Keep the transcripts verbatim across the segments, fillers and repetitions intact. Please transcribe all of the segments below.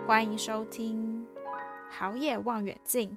欢迎收听好野望远镜。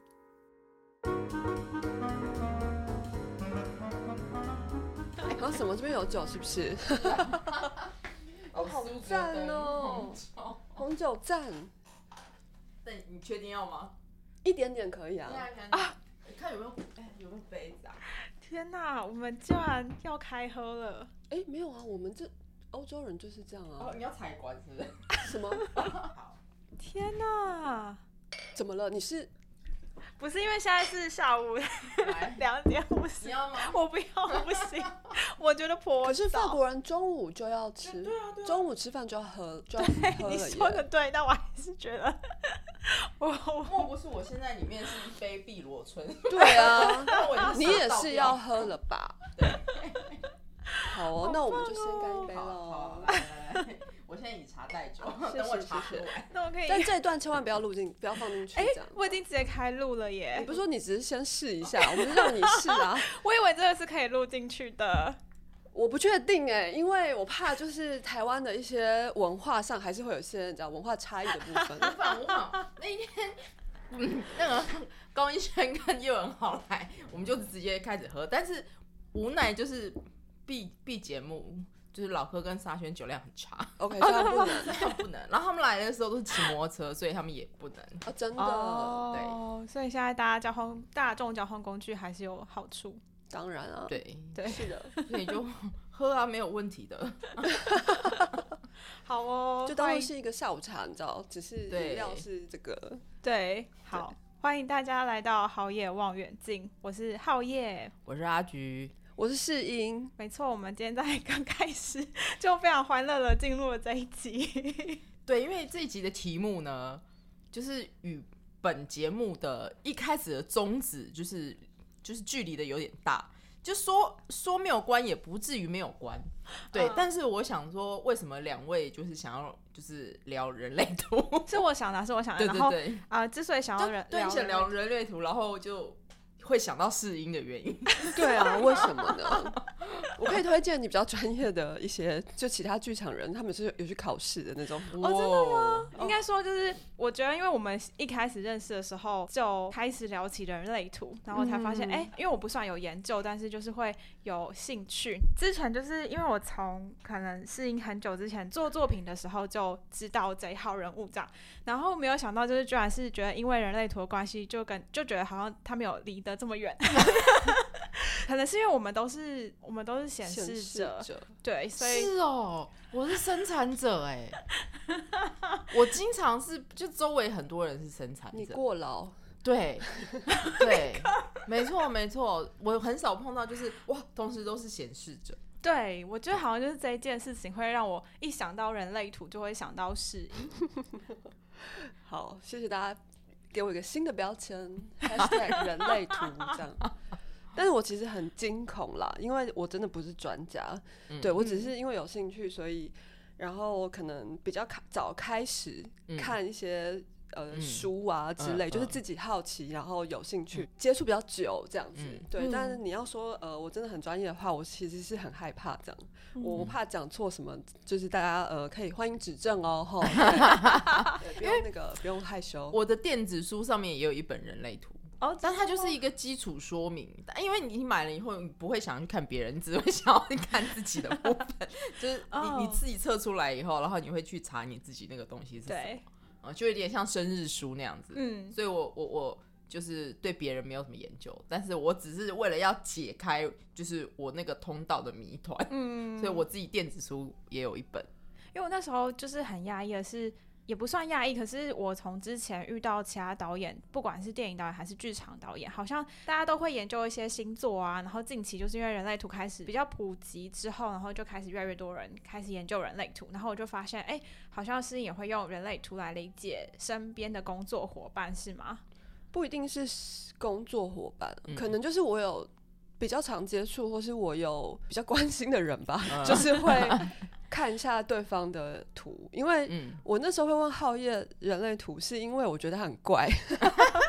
哎、欸，什么？这边有酒是不是？哦，好赞哦！红酒赞。 但你确定要吗？ 一点点可以啊。 啊，看有没有哎、欸、有没有杯子啊？ 天哪，我们居然要开喝了！ 哎、欸，没有啊，我们这欧洲人就是这样啊。 哦，你要财官是不是？ 什么？ 好。 天哪！ 怎么了？你是？ 不是因为现在是下午两点五十？ 你要吗？ 我不要，我不行，我觉得颇。 可是法国人中午就要吃， 对啊对啊， 中午吃饭就要喝，就要喝了耶。 你说的对，但我还是觉得，我莫不是我现在里面是一杯碧螺春？ 对啊， 我你也是要喝了吧？ 对。 好哦， 好那我们就先干一杯喽。 好，来来来，我现在以茶代酒，等我茶喝完。 那我可以， 但这一段千万不要录进，不要放进去。 哎、 这样， 我已经直接开录了耶！ 你不是说你只是先试一下，我们是让你试啊。 我以为这个是可以录进去的。 我不确定哎、欸，因为我怕就是台湾的一些文化上还是会有一些你知道文化差异的部分。 无妨无妨，那一天，嗯，那个高一轩跟叶文豪来，我们就直接开始喝，但是无奈就是毕毕节目。就是老柯跟沙宣酒量很差 ，OK， 所以他不能， 他不能。然后他们来的时候都是骑摩托车，所以他们也不能。 哦，真的， 哦、对。所以现在大家交通大众交通工具还是有好处。 当然啊， 对对， 是的， 所以就喝啊，没有问题的。 好哦， 就当做是一个下午茶，你知道，只是饮料是这个。 对，好，欢迎大家来到好野望远镜，我是浩叶， 我是阿菊。 我是世英， 没错，我们今天在刚开始就非常欢乐的进入了这一集。 对，因为这一集的题目呢，就是与本节目的一开始的宗旨就是就是距离的有点大，就说说没有关也不至于没有关，对。嗯、但是我想说，为什么两位就是想要就是聊人类图？ 是我想的，是我想的。 对对对。 啊、呃，之所以想要人对，想聊人类图，然后就。会想到世英的原因。 对啊，为什么呢？我可以推荐你比较专业的一些，就其他剧场人，他们是有去考试的那种。 哦，真的吗？应该说就是，我觉得因为我们一开始认识的时候就开始聊起人类图，然后才发现，哎、嗯欸，因为我不算有研究，但是就是会有兴趣。之前就是因为我从可能世英很久之前做作品的时候就知道这一号人物这样，然后没有想到就是居然是觉得因为人类图的关系，就跟就觉得好像他们有离得这么远。可能是因为我们都是我们都是显示者， 者对，所以是哦，我是生产者哎，我经常是就周围很多人是生产者， 你过劳， 对对，没错没错，我很少碰到就是哇，同时都是显示者。 对，我觉得好像就是这一件事情会让我一想到人类图就会想到世英。 好，谢谢大家给我一个新的标签 hashtag 人类图这样。但是我其实很惊恐啦，因为我真的不是专家，嗯、对我只是因为有兴趣，所以然后可能比较早开始看一些、嗯、呃书啊之类、嗯，就是自己好奇，然后有兴趣、嗯、接触比较久这样子。嗯、对、嗯，但是你要说呃我真的很专业的话，我其实是很害怕这样，嗯、我怕讲错什么，就是大家呃可以欢迎指正哦，哈，不用那个不用害羞。 我的电子书上面也有一本人类图。哦，但它就是一个基础说明，因为你买了以后，你不会想要去看别人，你只会想要去看自己的部分，就是你、oh. 你自己测出来以后，然后你会去查你自己那个东西是什么，对，嗯，就有点像生日书那样子。嗯，所以我我我就是对别人没有什么研究，但是我只是为了要解开就是我那个通道的谜团，嗯，所以我自己电子书也有一本。 因为我那时候就是很压抑的是。也不算讶异，可是我从之前遇到其他导演，不管是电影导演还是剧场导演，好像大家都会研究一些星座啊，然后近期就是因为人类图开始比较普及之后，然后就开始越来越多人开始研究人类图，然后我就发现哎、欸，好像是也会用人类图来理解身边的工作伙伴，是吗？ 不一定是工作伙伴、嗯、可能就是我有比较常接触或是我有比较关心的人吧、嗯、就是会看一下对方的图，因为我那时候会问浩叶人类图是因为我觉得他很怪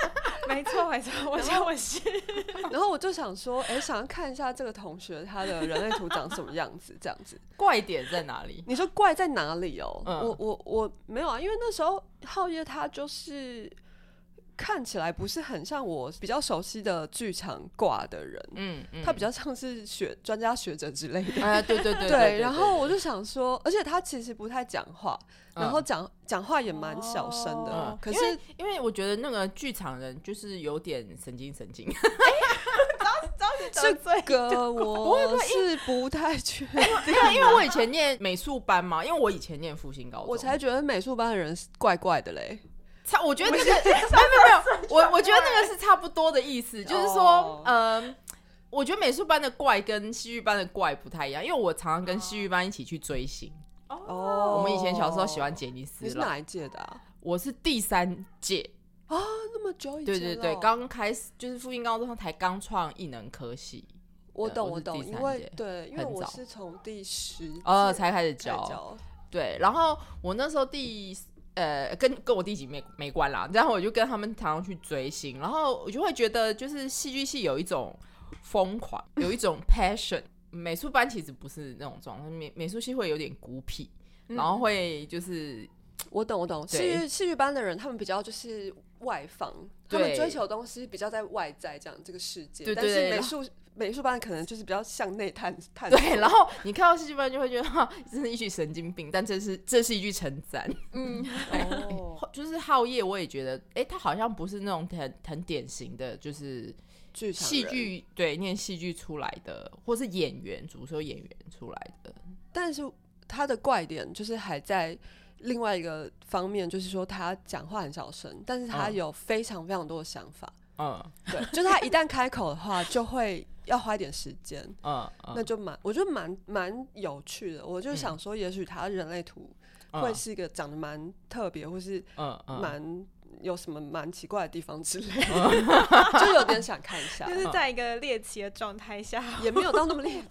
没错没错，我想我是。 然后我就想说，哎、欸，想要看一下这个同学他的人类图长什么样子，这样子。 怪点在哪里？ 你说怪在哪里哦？嗯、我我我没有啊，因为那时候浩业他就是看起来不是很像我比较熟悉的剧场挂的人，嗯嗯，他比较像是学专家学者之类的。 哎、啊，对对 对, 对, 对, 对, 对, 对。然后我就想说，而且他其实不太讲话。然后讲讲话也蛮小声的，哦、可是因为因为我觉得那个剧场人就是有点神经神经。 这个我是不太确定， 因为我以前念美术班嘛，因为我以前念复兴高中， 我才觉得美术班的人怪怪的嘞。 差，我觉得那个没有没有没有，我我觉得那个是差不多的意思，就是说，嗯、呃，我觉得美术班的怪跟戏剧班的怪不太一样，因为我常常跟戏剧班一起去追星。哦，我们以前小时候喜欢杰尼斯。 你是哪一届的啊？ 我是第三届啊，那么久以前。 对对对，刚开始就是复兴高中才刚创艺能科系。 我懂我懂，因为对，因为我是从第十呃才开始教。对，然后我那时候第呃跟跟我第几没没关啦，然后我就跟他们常常去追星，然后我就会觉得就是戏剧系有一种疯狂，有一种 passion。美术班其实不是那种状态，美美术系会有点孤僻，嗯、然后会就是我懂我懂，戏剧戏剧班的人他们比较就是外放，他们追求的东西比较在外在这样这个世界，对对对，但是美术美术班可能就是比较向内探探索。 对，然后你看到戏剧班就会觉得哈，这是一句神经病，但这是这是一句称赞。嗯，哦，就是浩业，我也觉得，哎、欸，他好像不是那种很很典型的，就是。戏剧对念戏剧出来的，或是演员主修演员出来的， 但是他的怪点就是还在另外一个方面，就是说他讲话很小声，但是他有非常非常多的想法。嗯，对，就是他一旦开口的话，就会要花一点时间。嗯, 嗯，那就蛮，我觉得蛮蛮有趣的。我就想说，也许他人类图会是一个长得蛮特别，或是蛮。嗯有什么蛮奇怪的地方之类的，就有点想看一下， 就是在一个猎奇的状态下， 也没有到那么猎奇。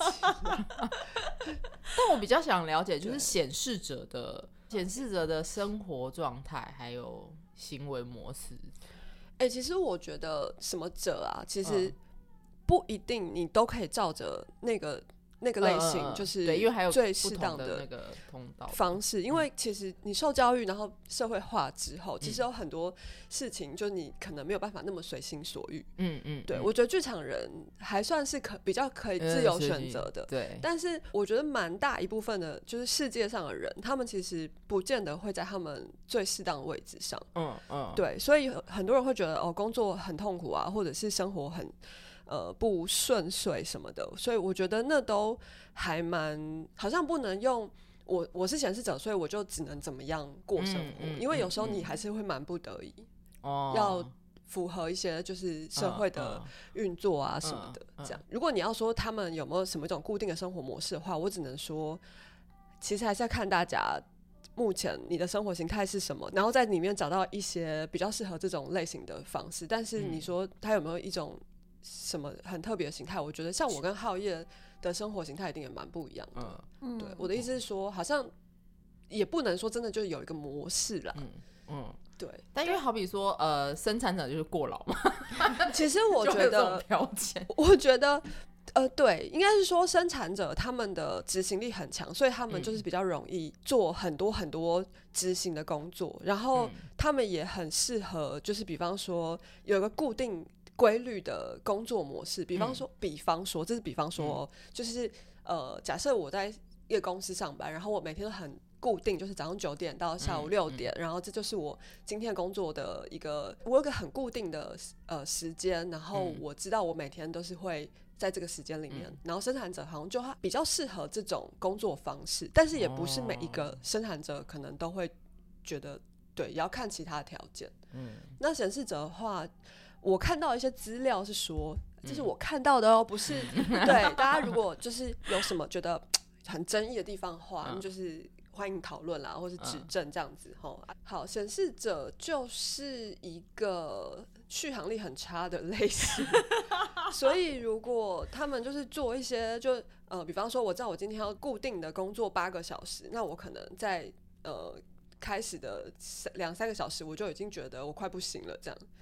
但我比较想了解，就是显示者的显示者的生活状态还有行为模式。 哎、欸，其实我觉得什么者啊，其实不一定你都可以照着那个。那个类型就是最适当的那个通道方式，因为其实你受教育，然后社会化之后，其实有很多事情，就你可能没有办法那么随心所欲。嗯嗯，对，我觉得剧场人还算是可比较可以自由选择的。对，但是我觉得蛮大一部分的，就是世界上的人，他们其实不见得会在他们最适当的位置上。嗯嗯，对，所以很多人会觉得哦，工作很痛苦啊，或者是生活很。呃，不顺遂什么的，所以我觉得那都还蛮，好像不能用我我是显示者，所以我就只能怎么样过生活，嗯嗯、因为有时候你还是会蛮不得已，嗯、要符合一些就是社会的运作啊什么的。这样，如果你要说他们有没有什么一种固定的生活模式的话，我只能说，其实还是要看大家目前你的生活形态是什么，然后在里面找到一些比较适合这种类型的方式。但是你说他有没有一种什么很特别的形态？我觉得像我跟浩业的生活形态一定也蛮不一样的。嗯，对，我的意思是说，好像也不能说真的就有一个模式啦。嗯嗯，对。 但因为好比说，呃，生产者就是过劳嘛。 其实我觉得，我觉得，呃，对，应该是说生产者他们的执行力很强，所以他们就是比较容易做很多很多执行的工作，然后他们也很适合，就是比方说有一个固定规律的工作模式，比方说，嗯、比方说，这是比方说，哦嗯，就是呃，假设我在一个公司上班，然后我每天都很固定，就是早上九点到下午六点，嗯嗯，然后这就是我今天工作的一个，我有一个很固定的呃时间，然后我知道我每天都是会在这个时间里面，嗯，然后生产者好像就比较适合这种工作方式，但是也不是每一个生产者可能都会觉得，对，也要看其他的条件。嗯，那显示者的话，我看到一些资料是说，这是我看到的哦，不是对大家如果就是有什么觉得很争议的地方的话，嗯，就是欢迎讨论啦，或是指正这样子。嗯，好，显示者就是一个续航力很差的类型，所以如果他们就是做一些就呃，比方说我知道我今天要固定的工作八个小时，那我可能在呃开始的两三个小时我就已经觉得我快不行了这样。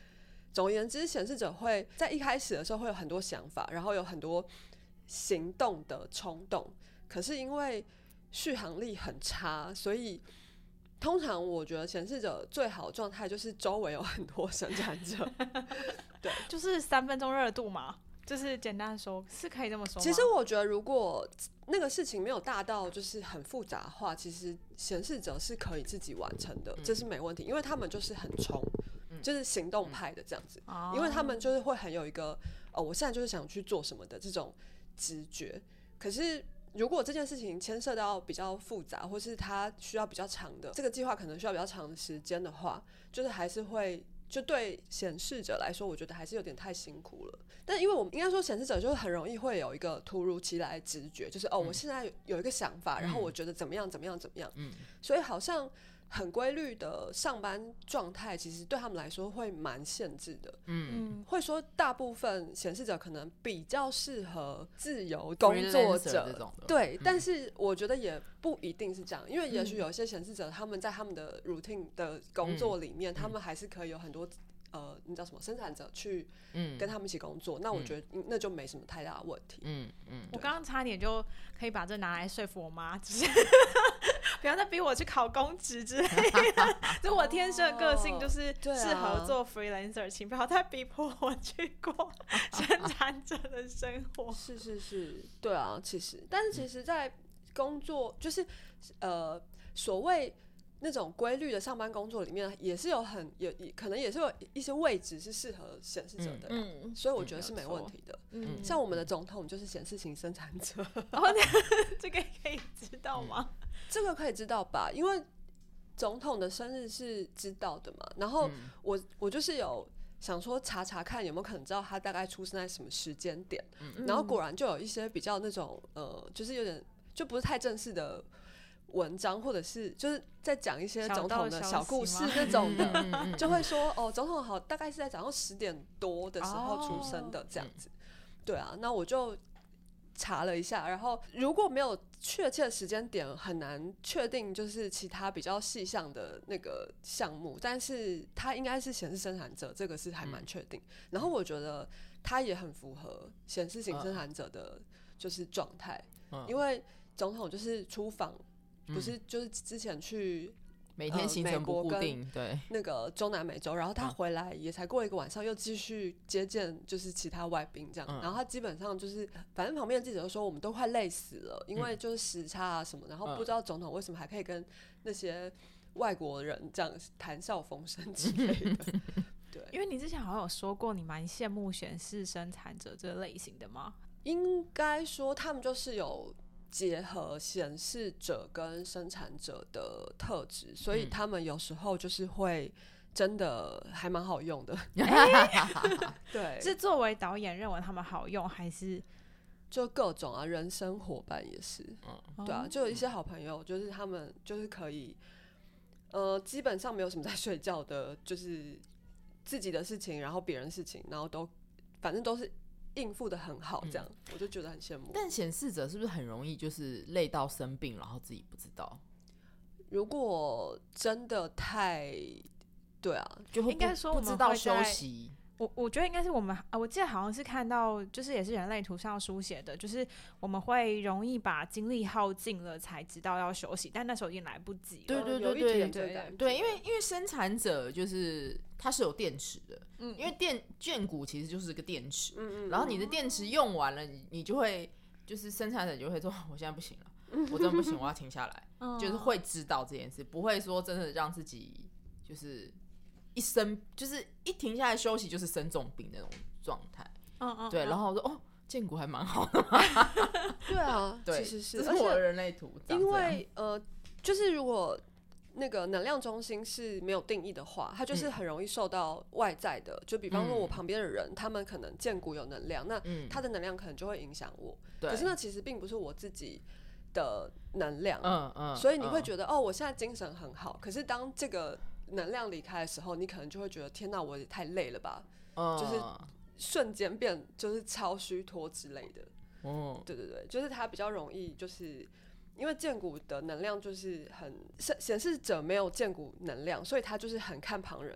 总而言之，显示者会在一开始的时候会有很多想法，然后有很多行动的冲动，可是因为续航力很差，所以通常我觉得显示者最好的状态就是周围有很多生产者，对， 就是三分钟热度嘛，就是简单说，是可以这么说吗？ 其实我觉得，如果那个事情没有大到就是很复杂化，其实显示者是可以自己完成的，这是没问题，因为他们就是很冲，就是行动派的这样子， 嗯、 因为他们就是会很有一个哦，我现在就是想去做什么的这种直觉。可是如果这件事情牵涉到比较复杂，或是它需要比较长的这个计划，可能需要比较长的时间的话，就是还是会。就对显示者来说，我觉得还是有点太辛苦了。但因为我们应该说，显示者就是很容易会有一个突如其来的直觉，就是哦，我现在有一个想法，然后我觉得怎么样怎么样怎么样，嗯，所以好像很规律的上班状态，其实对他们来说会蛮限制的。嗯，会说大部分显示者可能比较适合自由工作者，对，嗯，但是我觉得也不一定是这样，因为也许有一些显示者，他们在他们的 routine 的工作里面，嗯，他们还是可以有很多呃，你知道什么生产者去跟他们一起工作，嗯，那我觉得那就没什么太大的问题。嗯嗯，我刚刚差点就可以把这拿来说服我妈，就是不要再逼我去考公职之类的。就我天生的个性就是适合做 freelancer， 请不要再逼迫我去过生产者的生活。 是是是，对啊，其实，但是其实，在工作就是呃，所谓那种规律的上班工作里面，也是有很也可能也是有一些位置是适合显示者的，嗯，所以我觉得是没问题的。嗯，像我们的总统就是显示型生产者， 哦，这个可以知道吗？ 这个可以知道吧？因为总统的生日是知道的嘛。然后我我就是有想说查查看有没有可能知道他大概出生在什么时间点，嗯，然后果然就有一些比较那种呃，就是有点就不是太正式的文章，或者是就是在讲一些总统的小故事那种的，就会说哦，总统好大概是在早上十点多的时候出生的这样子。哦，对啊，那我就查了一下，然后如果没有确切的时间点，很难确定就是其他比较细项的那个项目，但是它应该是显示生产者，这个是还蛮确定，嗯。然后我觉得它也很符合显示型生产者的就是状态，嗯，因为总统就是出访，不是就是之前去。 每天行程不固定，呃、对， 那个中南美洲，然后他回来也才过一个晚上，又继续接见就是其他外宾这样，嗯，然后他基本上就是反正旁边的记者都说我们都快累死了，因为就是时差啊什么，然后不知道总统为什么还可以跟那些外国人这样谈笑风生之类的。对， 因为你之前好像有说过你蛮羡慕显示生产者这类型的吗？ 应该说他们就是有结合显示者跟生产者的特质，所以他们有时候就是会真的还蛮好用的。对， 是作为导演认为他们好用，还是就各种啊，人生伙伴也是，嗯，对啊，就有一些好朋友，就是他们就是可以，呃，基本上没有什么在睡觉的，就是自己的事情，然后别人的事情，然后都反正都是。应付的很好，这样，嗯，我就觉得很羡慕。 但显示者是不是很容易就是累到生病，然后自己不知道？ 如果真的太对啊， 就会应该说不知道休息。 我我觉得应该是我们，呃，我记得好像是看到，就是也是人类图上书写的，就是我们会容易把精力耗尽了，才知道要休息，但那时候已经来不及了。 对对对对对对，因为因为生产者就是它是有电池的，嗯，因为电眷骨其实就是个电池，嗯嗯，然后你的电池用完了，你你就会就是生产者就会说，我现在不行了，我真的不行，我要停下来，嗯，就是会知道这件事，不会说真的让自己就是一生就是一停下来休息就是生重病那种状态，嗯嗯，对，然后我说哦，荐骨还蛮好的嘛， 对啊，对，其实是， 这是我的人类图， 因为呃，就是如果那个能量中心是没有定义的话，它就是很容易受到外在的，嗯，就比方说我旁边的人，嗯，他们可能荐骨有能量，那他的能量可能就会影响我，嗯，可是那其实并不是我自己的能量，嗯嗯，所以你会觉得，嗯，哦，我现在精神很好，可是当这个能量离开的时候，你可能就会觉得天哪，我也太累了吧，嗯，就是瞬间变就是超虚脱之类的，嗯，对对对，就是它比较容易就是因为荐骨的能量就是很显示者没有荐骨能量，所以他就是很看旁人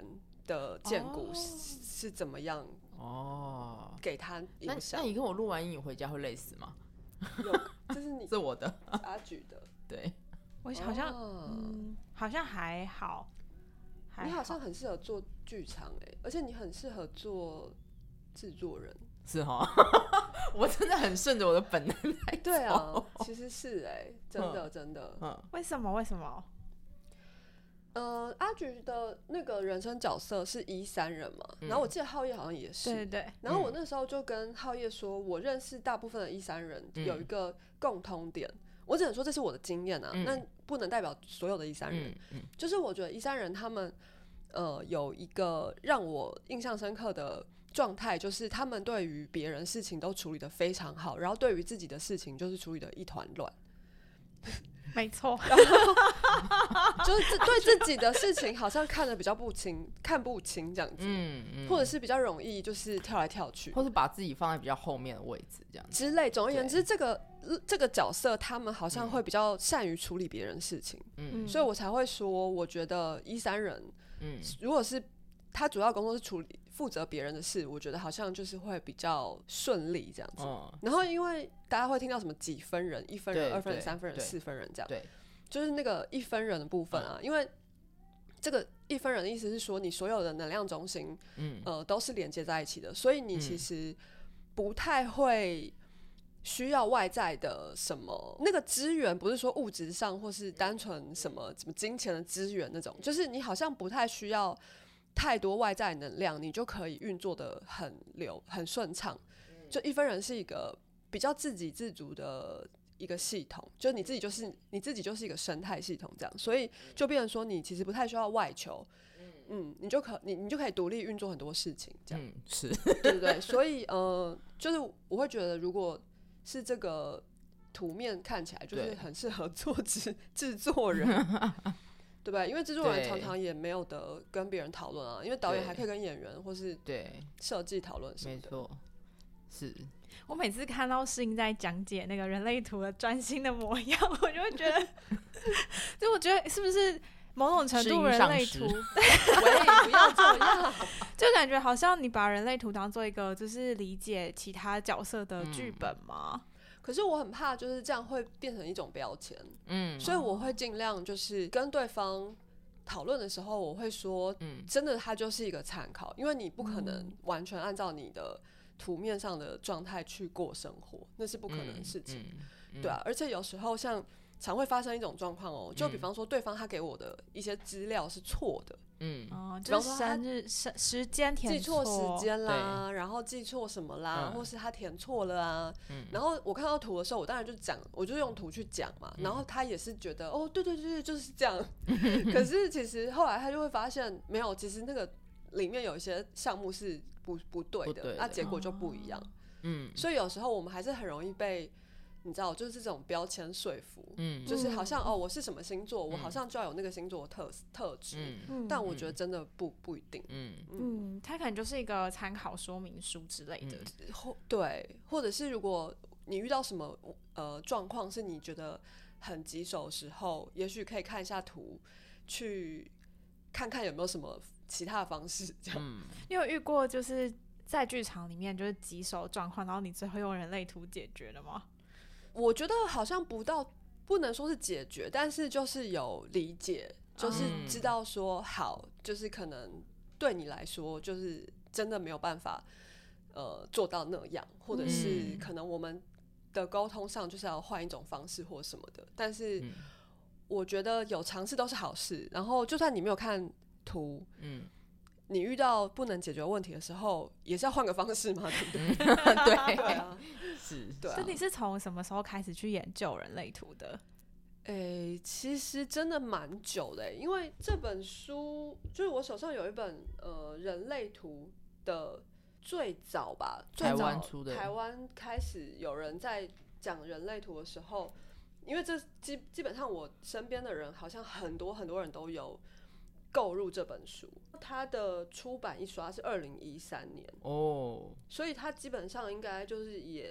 的建骨是、哦、是怎么样哦，给他影响。 那你跟我录完音，你回家会累死吗？ 有，这是你， 是我的， 阿举的。 对， 我好像、哦嗯、好像还好，还好你好像很适合做剧场哎、欸，而且你很适合做制作人。 是哈，我真的很顺着我的本能来走。 对啊，其实是哎、欸，真的真的。 嗯，为什么？为什么？ 呃，阿菊的那个人生角色是一三人嘛、嗯，然后我记得浩业好像也是， 对对。 然后我那时候就跟浩业说，我认识大部分的一三人有一个共通点，嗯、我只能说这是我的经验啊，嗯、那不能代表所有的一三人。嗯嗯、就是我觉得一三人他们呃有一个让我印象深刻的状态，就是他们对于别人事情都处理得非常好，然后对于自己的事情就是处理得一团乱。 没错， 就是对自己的事情好像看得比较不清，看不清这样子，嗯嗯、或者是比较容易就是跳来跳去， 或是把自己放在比较后面的位置这样子之类。总而言之，这个这个角色他们好像会比较善于处理别人事情，嗯，所以我才会说，我觉得一三人，嗯，如果是他主要工作是处理负责别人的事，我觉得好像就是会比较顺利这样子。嗯、然后因为大家会听到什么几分人、一分人、二分人、三分人、四分人这样，对，就是那个一分人的部分啊。嗯、因为这个一分人的意思是说，你所有的能量中心，嗯，呃，都是连接在一起的，所以你其实不太会需要外在的什么那个资源，不是说物质上或是单纯什么什么金钱的资源那种，就是你好像不太需要太多外在能量，你就可以运作的很流很顺畅。就一分人是一个比较自给自足的一个系统，就你自己就是你自己就是一个生态系统这样，所以就变成说你其实不太需要外求，嗯，你就可你你就可以独立运作很多事情这样， 嗯，是， 对对对，所以呃，就是我会觉得如果是这个图面看起来就是很适合做制制作人。对吧？因为制作人常常也没有得跟别人讨论啊，因为导演还可以跟演员或是设计讨论什么的。 没错，是我每次看到世英在讲解那个人类图的专心的模样，我就会觉得，就我觉得是不是某种程度人类图， 喂，不要这样， 就感觉好像你把人类图当做一个就是理解其他角色的剧本嘛。嗯， 可是我很怕就是这样会变成一种标签，嗯，所以我会尽量就是跟对方讨论的时候，我会说，嗯，真的它就是一个参考，因为你不可能完全按照你的图面上的状态去过生活，那是不可能的事情，嗯嗯、对啊，而且有时候像常会发生一种状况哦，就比方说对方他给我的一些资料是错的。嗯， 哦，就是生日时间填错，记错时间啦，然后记错什么啦，嗯、或是他填错了啊。嗯、然后我看到图的时候，我当然就讲，我就用图去讲嘛。嗯、然后他也是觉得，哦，对对对对，就是这样。可是其实后来他就会发现，没有，其实那个里面有一些项目是不不对的，那结果就不一样。嗯，所以有时候我们还是很容易被。你知道，就是这种标签说服，嗯，就是好像哦，我是什么星座，嗯、我好像就要有那个星座的特特质，嗯，但我觉得真的不不一定， 嗯嗯，它可能就是一个参考说明书之类的， 嗯、或对，或者是如果你遇到什么呃状况是你觉得很棘手的时候，也许可以看一下图，去看看有没有什么其他的方式，这样。嗯、 你有遇过就是在剧场里面就是棘手状况，然后你最后用人类图解决了吗？ 我觉得好像不到，不能说是解决，但是就是有理解，就是知道说好，就是可能对你来说，就是真的没有办法，呃，做到那样，或者是可能我们的沟通上就是要换一种方式或什么的。但是我觉得有尝试都是好事。然后就算你没有看图，嗯，你遇到不能解决问题的时候，也是要换个方式嘛，对不对？ 对， 对啊。 是， 对啊。 所以你是从什么时候开始去研究人类图的？ 欸，其实真的蛮久的欸，因为这本书就是我手上有一本呃人类图的最早吧，最早台湾出的， 台湾开始有人在讲人类图的时候，因为这基基本上我身边的人好像很多很多人都有购入这本书，它的出版一刷是二零一三年哦，所以它基本上应该就是也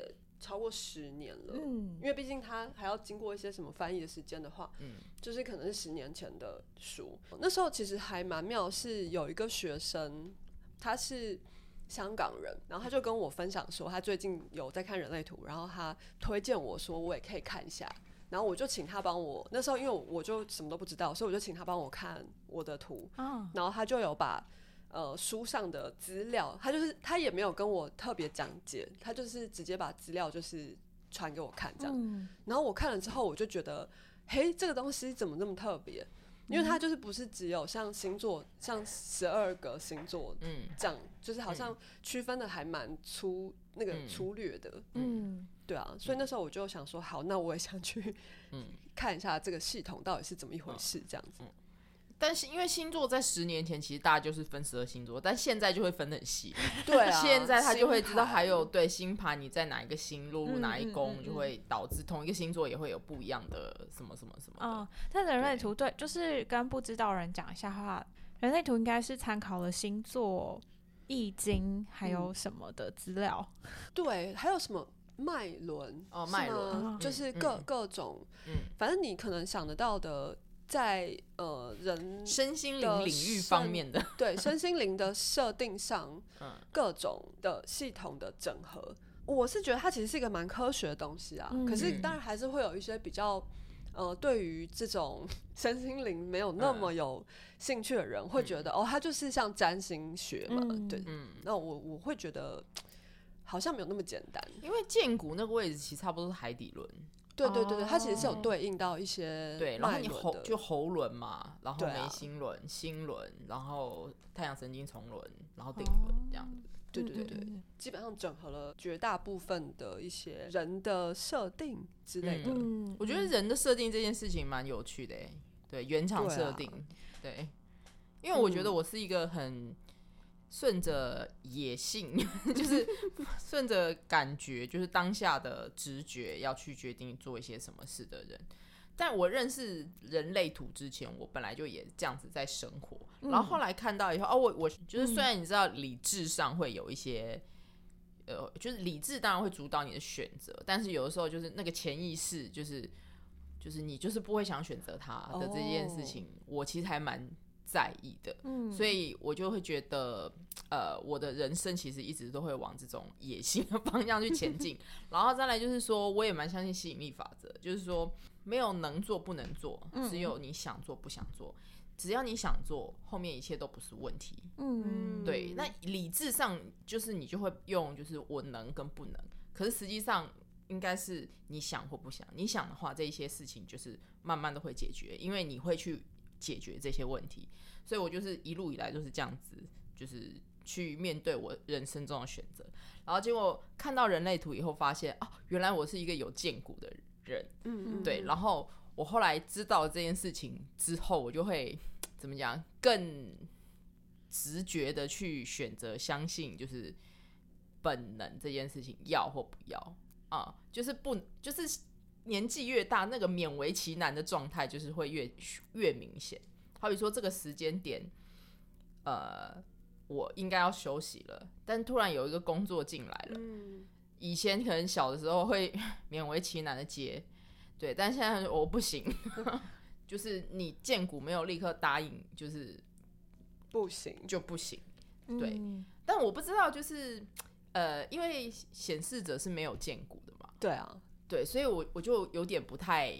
超过十年了， 嗯， 因为毕竟它还要经过一些什么翻译的时间的话， 嗯， 就是可能是十年前的书。那时候其实还蛮妙，是有一个学生，他是香港人，然后他就跟我分享说，他最近有在看人类图，然后他推荐我说我也可以看一下，然后我就请他帮我，那时候因为我就什么都不知道，所以我就请他帮我看我的图，哦，然后他就有把呃书上的资料，他就是他也没有跟我特别讲解，他就是直接把资料就是传给我看这样，嗯，然后我看了之后，我就觉得，嘿，这个东西怎么这么特别？因为它就是不是只有像星座，像十二个星座这样，嗯，就是好像区分的还蛮粗，那个粗略的，嗯，对啊，所以那时候我就想说，好，那我也想去看一下这个系统到底是怎么一回事，这样子。嗯嗯， 但是因为星座在十年前其实大家就是分十二星座，但现在就会分得很细， 对啊， 现在他就会知道还有对星盘你在哪一个星落入哪一宫，就会导致同一个星座也会有不一样的什么什么什么的。 嗯，但人类图 对, 对，就是跟不知道人讲一下的话，人类图应该是参考了星座、易经还有什么的资料， 嗯，对，还有什么脉轮哦，脉轮就是各、嗯、各种，嗯，反正你可能想得到的。在呃人身心灵领域方面的， 对身心灵的设定上，嗯，各种的系统的整合，我是觉得它其实是一个蛮科学的东西啊。嗯，可是当然还是会有一些比较呃，对于这种身心灵没有那么有兴趣的人，嗯，会觉得哦，它就是像占星学嘛，嗯，对，嗯，那我我会觉得好像没有那么简单， 因为剑骨那个位置其实差不多是海底轮。 对对对对，它其实是有对应到一些对，然后你喉就喉轮嘛，然后眉心轮、心轮，然后太阳神经丛轮，然后顶轮这样子。 对对对，嗯，基本上整合了绝大部分的一些人的设定之类的。 嗯，我觉得人的设定这件事情蛮有趣的，对，原厂设定，对，啊，对，因为我觉得我是一个很顺着野性，就是顺着感觉，就是当下的直觉要去决定做一些什么事的人。但我认识人类图之前，我本来就也这样子在生活，嗯，然后后来看到以后，哦，我我就是虽然你知道理智上会有一些，呃，就是理智当然会主导你的选择，但是有的时候就是那个潜意识，就是就是你就是不会想选择它的这件事情，哦，我其实还蛮在意的，嗯，所以我就会觉得，呃，我的人生其实一直都会往这种野性的方向去前进。然后再来就是说，我也蛮相信吸引力法则，就是说没有能做不能做，只有你想做不想做。只要你想做，后面一切都不是问题。嗯，对。那理智上就是你就会用，就是我能跟不能，可是实际上应该是你想或不想。你想的话，这一些事情就是慢慢的会解决，因为你会去解决这些问题。所以我就是一路以来就是这样子，就是去面对我人生中的选择。然后结果看到人类图以后，发现哦，原来我是一个有剑骨的人。嗯嗯，对。然后我后来知道这件事情之后，我就会怎么讲，更直觉的去选择相信，就是本能这件事情要或不要啊，就是不就是年纪越大，那个勉为其难的状态就是会越越明显。好比说这个时间点，呃，我应该要休息了，但突然有一个工作进来了。嗯，以前可能小的时候会勉为其难的接，对，但现在我不行，就是你剑骨没有立刻答应，就是不行就不行。对，嗯，但我不知道，就是呃，因为显示者是没有剑骨的嘛。 对啊， 对，所以我我就有点不太。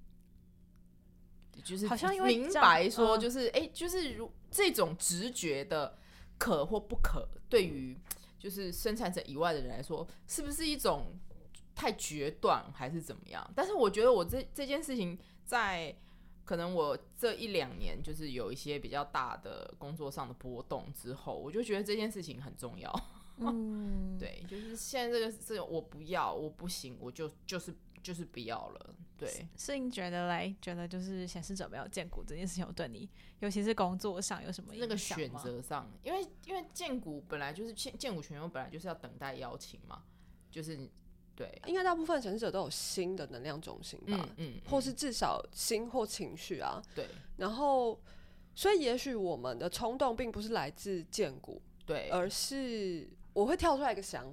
就是好像因为明白说，就是哎、嗯欸，就是如这种直觉的可或不可，对于就是生产者以外的人来说，是不是一种太决断还是怎么样？但是我觉得我这这件事情，在可能我这一两年就是有一些比较大的工作上的波动之后，我就觉得这件事情很重要。嗯，对，就是现在这个这个我不要，我不行，我就就是就是不要了。对， 是你觉得嘞？觉得就是显示者没有剑骨这件事情，有对你，尤其是工作上有什么影响吗？ 那个选择上，因为因为剑骨本来就是剑骨权威，本来就是要等待邀请嘛，就是对， 应该大部分显示者都有心的能量中心吧，嗯 嗯, 嗯，或是至少心或情绪啊， 对， 然后所以也许我们的冲动并不是来自剑骨， 对， 而是我会跳出来一个想法。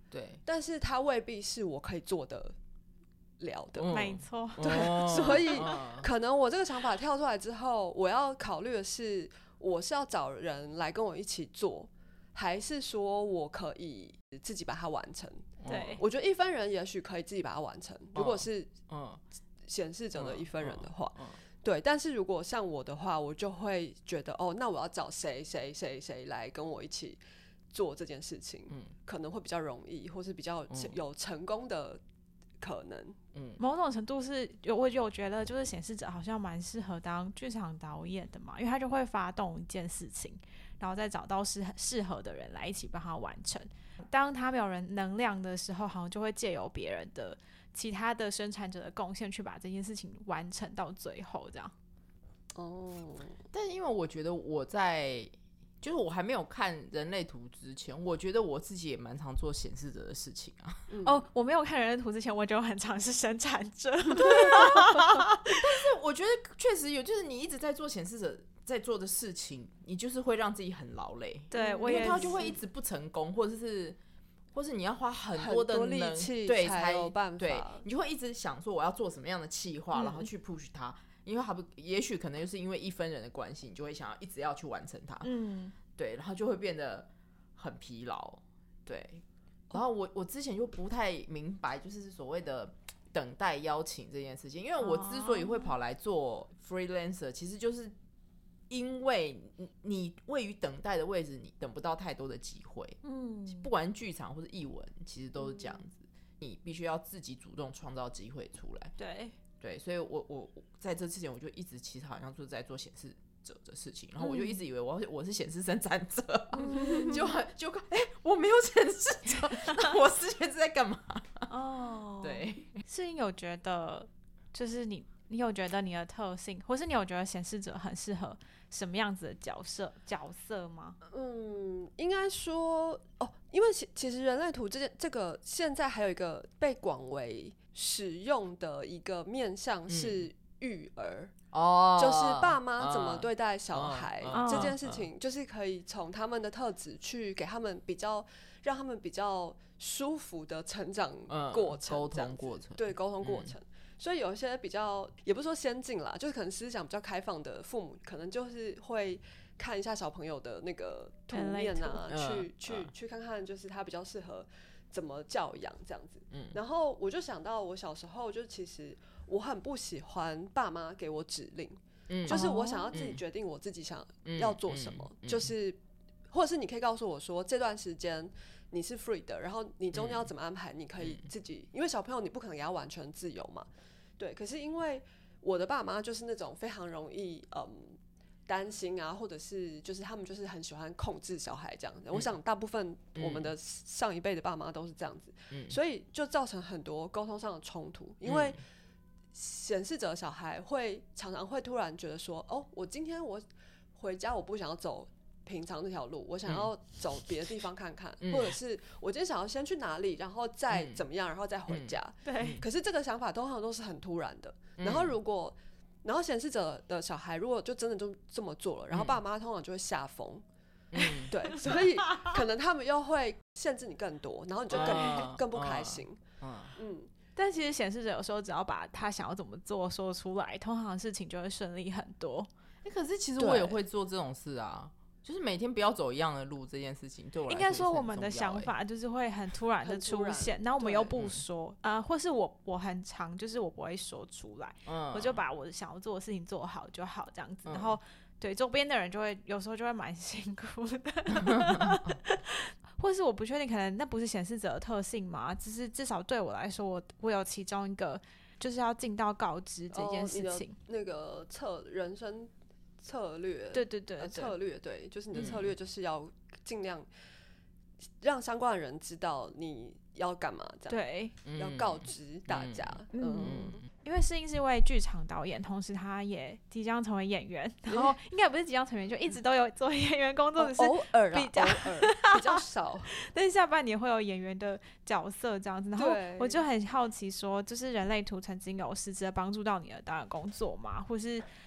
对， 但是它未必是我可以做得了的。 嗯、没错， 对、哦，所以、嗯、可能我这个想法跳出来之后，我要考虑的是，我是要找人来跟我一起做，还是说我可以自己把它完成？ 对， 我觉得一分人也许可以自己把它完成，如果是显示者的一分人的话。嗯嗯嗯嗯对，但是如果像我的话，我就会觉得哦，那我要找谁谁谁谁来跟我一起做这件事情，嗯、可能会比较容易，或是比较有成功的可能。 嗯，某种程度是有，我有觉得就是显示者好像蛮适合当剧场导演的嘛，因为他就会发动一件事情，然后再找到适适合的人来一起帮他完成。当他没有人能量的时候，好像就会借由别人的其他的生产者的贡献去把这件事情完成到最后这样。 哦， 但是因为我觉得我在就是我还没有看人类图之前，我觉得我自己也蛮常做显示者的事情啊。 嗯、哦，我没有看人类图之前，我就很常是生产者。对啊，但是我觉得确实有，就是你一直在做显示者在做的事情，你就是会让自己很劳累。 对，我也因为他就会一直不成功，或者是。或是你要花很多的力气对才有办法， 对，你就会一直想说我要做什么样的企划、嗯，然后去 push 它，因为它不，也许可能就是因为一分人的关系，你就会想要一直要去完成它，嗯，对，然后就会变得很疲劳，对，然后我我之前就不太明白，就是所谓的等待邀请这件事情，因为我之所以会跑来做 freelancer， 其实就是因为你位于等待的位置，你等不到太多的机会。嗯，不管是剧场或是艺文，其实都是这样子。嗯、你必须要自己主动创造机会出来。 对对，所以我我在这之前，我就一直其实好像就是在做显示者的事情，然后我就一直以为我我是显示生产者，嗯、就就哎、欸，我没有显示者，那我之前是在干嘛？哦，对， 是有觉得就是你。你有觉得你的特性，或是你有觉得显示者很适合什么样子的角色角色吗？ 嗯，应该说哦，因为其其实人类图这件这个现在还有一个被广为使用的一个面向是育儿，哦、嗯，就是爸妈怎么对待小孩、哦、这件事情，就是可以从他们的特质去给他们比较，让他们比较舒服的成长过程， 沟、嗯、通过程， 对，沟通过程。嗯，所以有一些比较也不是说先进啦，就是可能思想比较开放的父母，可能就是会看一下小朋友的那个图面啊，去去、嗯、去看看，就是他比较适合怎么教养这样子。嗯，然后我就想到我小时候，就其实我很不喜欢爸妈给我指令，嗯，就是我想要自己决定我自己想要做什么，嗯嗯、就是或者是你可以告诉我说这段时间你是 free 的，然后你中间要怎么安排，你可以自己，嗯、因为小朋友你不可能给他完全自由嘛。对，可是因为我的爸妈就是那种非常容易嗯担心啊，或者是就是他们就是很喜欢控制小孩这样子。嗯、我想大部分我们的上一辈的爸妈都是这样子，嗯，所以就造成很多沟通上的冲突。因为显示者小孩会常常会突然觉得说，哦，我今天我回家我不想要走平常那条路，我想要走别的地方看看，嗯、或者是我今天想要先去哪里，然后再怎么样，嗯、然后再回家。 嗯、对。 可是这个想法通常都是很突然的。嗯、然后如果，然后显示者的小孩如果就真的就这么做了，然后爸妈通常就会吓疯。嗯，对，所以可能他们又会限制你更多，然后你就更、uh, 更不開心。Uh, uh, 嗯。但其實顯示者有時候只要把他想要怎麼做說出來，通常事情就會順利很多。 欸、可是其實我也會做這種事啊，就是每天不要走一樣的路這件事情對我來說也是很重要欸。應該說我們的想法就是會很突然的出現，然後我們又不說，呃，或是我我很常就是我不會說出來，嗯、我就把我想要做的事情做好就好這樣子，嗯、然後對周邊的人就會有時候就會蠻辛苦的。或是我不確定，可能那不是顯示者的特性嘛？只是至少對我來說，我我有其中一個就是要盡到告知這件事情。 哦、那個策人生策略， 對對對，對、呃， 策略對，就是你的策略就是要盡量讓相關的人知道你要幹嘛，這樣對， 要告知大家。嗯。嗯嗯因為適應是一位劇場導演，同時他也即將成為演員，然後應該也不是即將成為演員，就一直都有做演員工作，只是偶爾比較比較少。 但是下半年會有演員的角色這樣子，然後我就很好奇說，就是人類圖曾經有實質的幫助到你的導演工作嗎？或是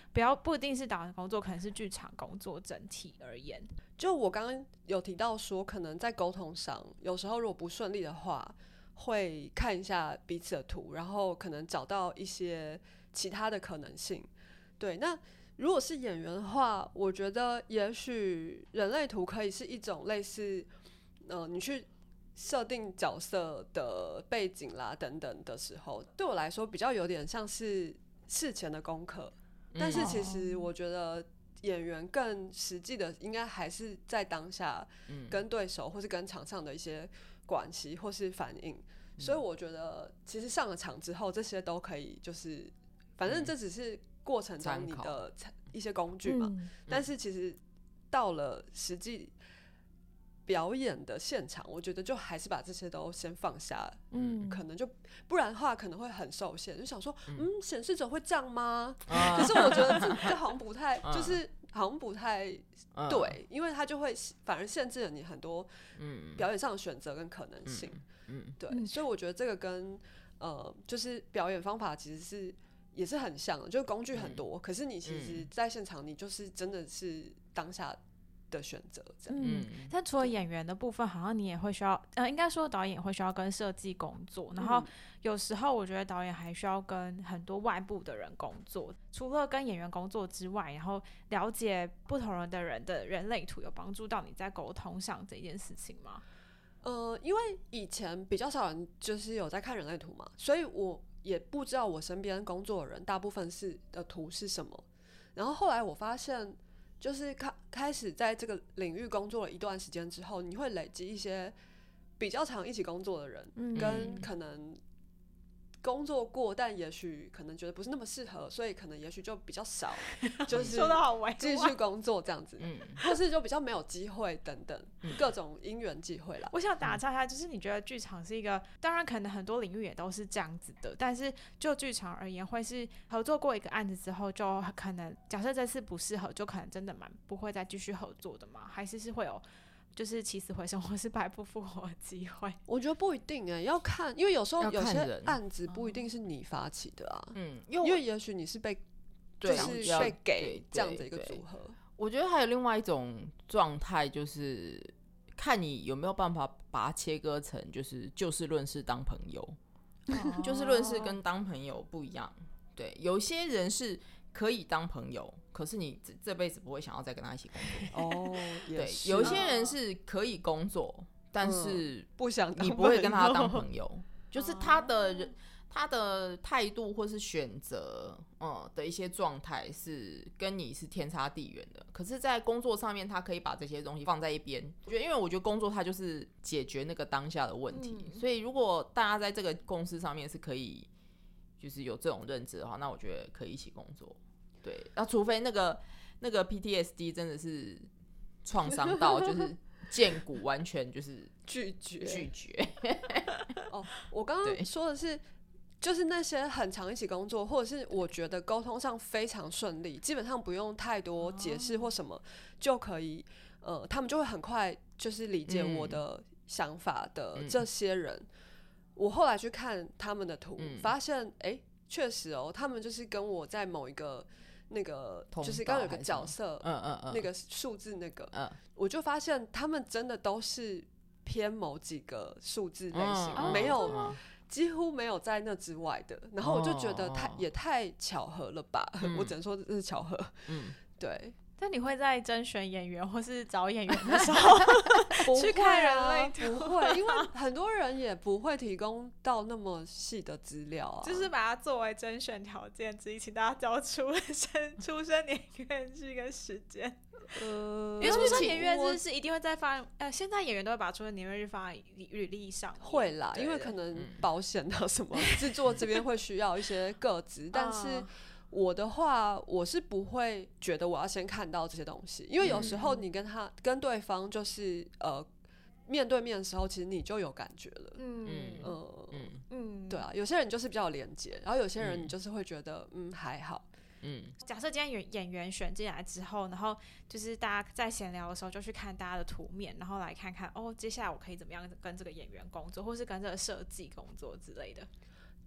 不要不一定是导演工作，可能是剧场工作整体而言。 就我刚刚有提到说，可能在沟通上，有时候如果不顺利的话，会看一下彼此的图，然后可能找到一些其他的可能性。对，那如果是演员的话，我觉得也许人类图可以是一种类似，呃，你去设定角色的背景啦等等的时候，对我来说比较有点像是事前的功课。但是其实我觉得演员更实际的，应该还是在当下跟对手或是跟场上的一些关系或是反应。所以我觉得其实上了场之后，这些都可以，就是反正这只是过程中你的一些工具嘛。嗯、但是其实到了实际表演的现场，我觉得就还是把这些都先放下，嗯，可能就不然的话可能会很受限，就想说，嗯，显示者会这样吗？啊、可是我觉得这这好像不太，就是好像不太对，啊、因为它就会反而限制了你很多表演上的选择跟可能性，嗯，对，嗯、所以我觉得这个跟呃，就是表演方法其实是也是很像的，就是工具很多，嗯、可是你其实在现场，你就是真的是当下的选择， 嗯，但除了演员的部分，好像你也会需要，呃，应该说导演也会需要跟设计工作，然后有时候我觉得导演还需要跟很多外部的人工作。除了跟演员工作之外，然后了解不同人的人的人类图，有帮助到你在沟通上这件事情吗？ 呃，因为以前比较少人就是有在看人类图嘛，所以我也不知道我身边工作的人大部分是的图是什么。然后后来我发现，就是开开始在这个领域工作了一段时间之后，你会累积一些比较常一起工作的人，嗯、跟可能工作过，但也许可能觉得不是那么适合，所以可能也许就比较少，就是继续工作这样子，嗯、或是就比较没有机会等等，嗯、各种因缘际会啦。 我想打岔一下，就是你觉得剧场是一个，当然可能很多领域也都是这样子的，但是就剧场而言，会是合作过一个案子之后，就可能假设这次不适合，就可能真的蛮不会再继续合作的吗？还是是会有？就是起死回生或是百步复活的机会？ 我觉得不一定哎、欸，要看，因为有时候有些案子不一定是你发起的啊，嗯，因为也许你是被就是被给这样的一个组合。 我觉得还有另外一种状态，就是看你有没有办法把它切割成就是就事论事当朋友，就事论事跟当朋友不一样。对，有些人是可以当朋友，可是你 这, 这辈子不会想要再跟他一起工作。 哦， 对，有一些人是可以工作，但是嗯、不想你不会跟他当朋友，就是他的人、他的态度或是选择，嗯的一些状态是跟你是天差地远的。可是，在工作上面，他可以把这些东西放在一边。我觉得，因为我觉得工作它就是解决那个当下的问题，嗯、所以如果大家在这个公司上面是可以。就是有这种认知的话，那我觉得可以一起工作。对，那除非那个那个 P T S D 真的是创伤到，就是见骨完全就是拒绝拒绝。 哦，我刚刚说的是，就是那些很常一起工作，或者是我觉得沟通上非常顺利，基本上不用太多解释或什么、哦、就可以，呃，他们就会很快就是理解我的想法的这些人。嗯嗯我后来去看他们的图，嗯、发现哎，确、欸、实哦，他们就是跟我在某一个那个，就是刚刚有个角色，嗯嗯嗯，那个数字那个，嗯，我就发现他们真的都是偏某几个数字类型，嗯、没有、嗯、几乎没有在那之外的。然后我就觉得太、哦、也太巧合了吧，嗯、我只能说这是巧合。嗯，对。 但你会在甄选演员或是找演员的时候去看人类图？ 不会，因为很多人也不会提供到那么细的资料啊。 就是把它作为甄选条件之一，请大家交出生出生年月日跟时间。呃，因为出生年月日是一定会再发，呃，现在演员都会把出生年月日放在履历上。 会啦，因为可能保险啊什么制作这边会需要一些个资，但是。我的话，我是不会觉得我要先看到这些东西，因为有时候你跟他、嗯、跟对方就是呃面对面的时候，其实你就有感觉了。嗯呃嗯对啊，有些人就是比较有连结，然后有些人你就是会觉得嗯, 嗯还好。 嗯，假设今天演员选进来之后，然后就是大家在闲聊的时候就去看大家的图面，然后来看看哦，接下来我可以怎么样跟这个演员工作，或是跟这个设计工作之类的。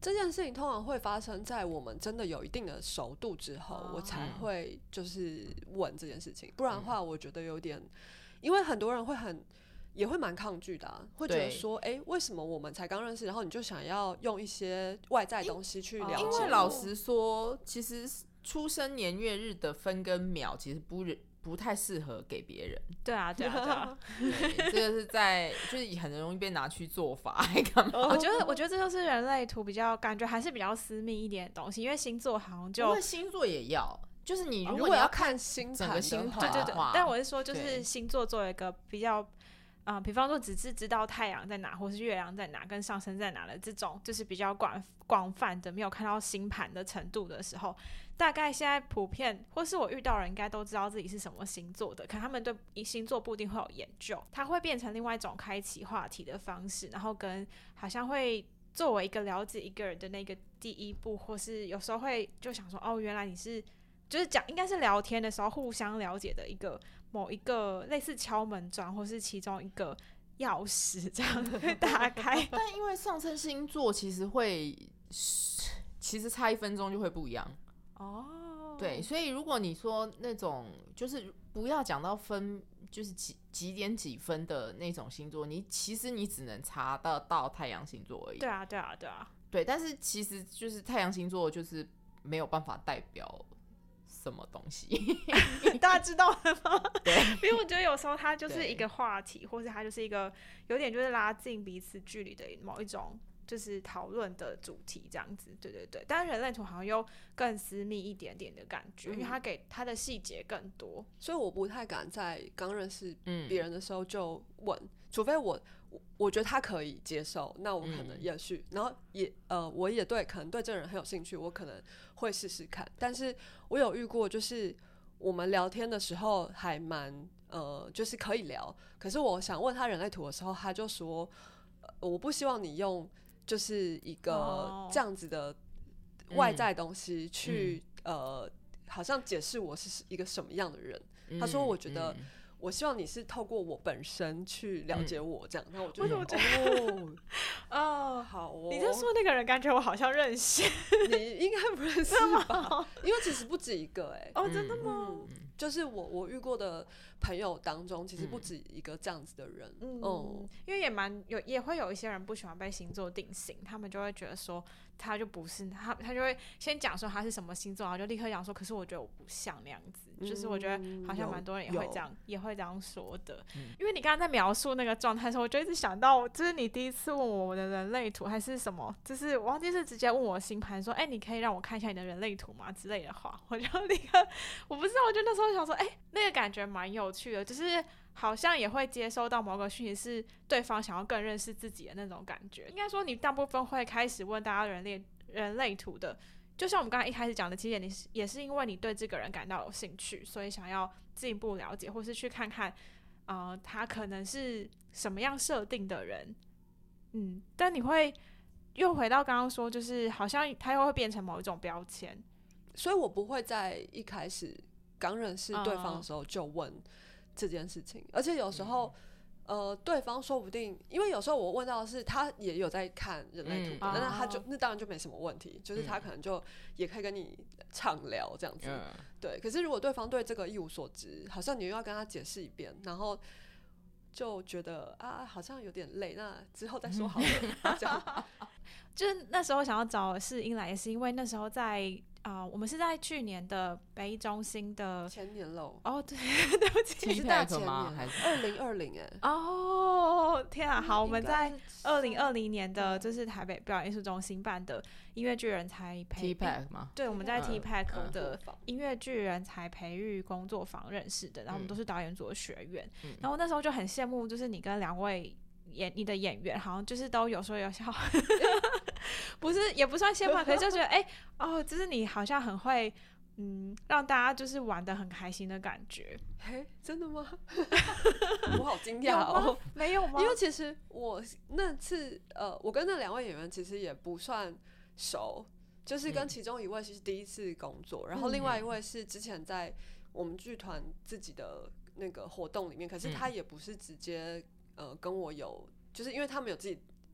这件事情通常会发生在我们真的有一定的熟度之后，哦、我才会就是问这件事情。不然的话，我觉得有点，因为很多人会很也会蛮抗拒的、啊，会觉得说，哎、欸，为什么我们才刚认识，然后你就想要用一些外在东西去了解我？ 因为老实说，其实出生年月日的分跟秒，其实不不太适合给别人。 对啊，对啊，对啊。 对，这个是在就是很容易被拿去做法，还干嘛？ 我觉得，我觉得这就是人类图比较感觉还是比较私密一点的东西，因为星座好像就， 因为星座也要，就是你如果你要看星整个星盘的话，对对对。但我是说，就是星座作为一个比较。呃，比方说只是知道太阳在哪，或是月亮在哪，跟上升在哪的这种，就是比较广广泛的，没有看到星盘的程度的时候，大概现在普遍，或是我遇到的人应该都知道自己是什么星座的，可他们对星座不一定会有研究，它会变成另外一种开启话题的方式，然后跟好像会作为一个了解一个人的那个第一步，或是有时候会就想说，哦，原来你是。就是讲应该是聊天的时候互相了解的一个某一个类似敲门砖或是其中一个钥匙这样会打开。 但因为上升星座其实会其实差一分钟就会不一样哦。对，所以如果你说那种就是不要讲到分就是几几点几分的那种星座，你其实你只能查得到太阳星座而已。 对啊对啊对啊。 对，但是其实就是太阳星座就是没有办法代表什么东西大家知道了吗？对，因为我觉得有时候它就是一个话题，或是它就是一个有点就是拉近彼此距离的某一种就是讨论的主题这样子。对对对，但是人类图好像又更私密一点点的感觉、嗯、因为它给它的细节更多， 所以我不太敢在刚认识别人的时候就问、嗯、除非我我觉得他可以接受，那我可能也许、嗯、然后也呃我也对可能对这个人很有兴趣，我可能会试试看。但是我有遇过就是我们聊天的时候还蛮呃就是可以聊，可是我想问他人类图的时候，他就说、呃、我不希望你用就是一个这样子的外在东西去、嗯、呃好像解释我是一个什么样的人、嗯、他说我觉得、嗯我希望你是透过我本身去了解我这样，然、嗯、后我就说哦哦好哦， 你在说那个人感觉我好像认识， 你应该不认识吧？因为其实不止一个哎、 欸，哦真的吗？ 嗯、就是我我遇过的朋友当中，其实不止一个这样子的人，嗯，嗯因为也蛮有也会有一些人不喜欢被星座定型，他们就会觉得说他就不是他，他就会先讲说他是什么星座，然后就立刻讲说，可是我觉得我不像那样子。就是我觉得好像蛮多人也会这样，也会这样说的。嗯、因为你刚刚在描述那个状态的时候，我就一直想到，就是你第一次问我的人类图还是什么，就是我忘记是直接问我星盘说，哎、欸，你可以让我看一下你的人类图吗之类的话，我就立刻我不知道，我就那时候想说，哎、欸，那个感觉蛮有趣的，就是好像也会接收到某个讯息，是对方想要更认识自己的那种感觉。应该说，你大部分会开始问大家人类人类图的。就像我们刚才一开始讲的，其实你也是因为你对这个人感到有兴趣，所以想要进一步了解，或是去看看，呃，他可能是什么样设定的人，嗯，但你会又回到刚刚说，就是好像他又会变成某一种标签， 所以我不会在一开始刚认识对方的时候就问这件事情，嗯、而且有时候。嗯呃，对方说不定，因为有时候我问到的是他也有在看人类图的，那、嗯、他就那当然就没什么问题，就是他可能就也可以跟你畅聊这样子、嗯，对。可是如果对方对这个一无所知，好像你又要跟他解释一遍，然后就觉得啊，好像有点累，那之后再说好了。嗯、这样， 就是那时候想要找是英来，也是因为那时候在。啊、uh, 我们是在去年的北艺中心的前年喽。 哦、oh, ，对，对不起， 是大前年，二零二零哎。 哦，天啊，好，我们在二零二零年的就是台北表演艺术中心办的音乐剧人才培育 T P A C 吗？ 对，我们在 T P A C 的音乐剧人才培育工作坊认识的，然后我们都是导演组的学员、嗯，然后那时候就很羡慕，就是你跟两位。演你的演员好像就是都有说有笑，不是也不算羡慕，可是就觉得哎、欸、哦，就是你好像很会，嗯，让大家就是玩得很开心的感觉。 哎、欸，真的吗？我好惊讶哦， 没有吗？ 因为其实我那次呃，我跟那两位演员其实也不算熟，就是跟其中一位是第一次工作，嗯、然后另外一位是之前在我们剧团自己的那个活动里面，可是他也不是直接。呃，跟我有，就是因为他们有自己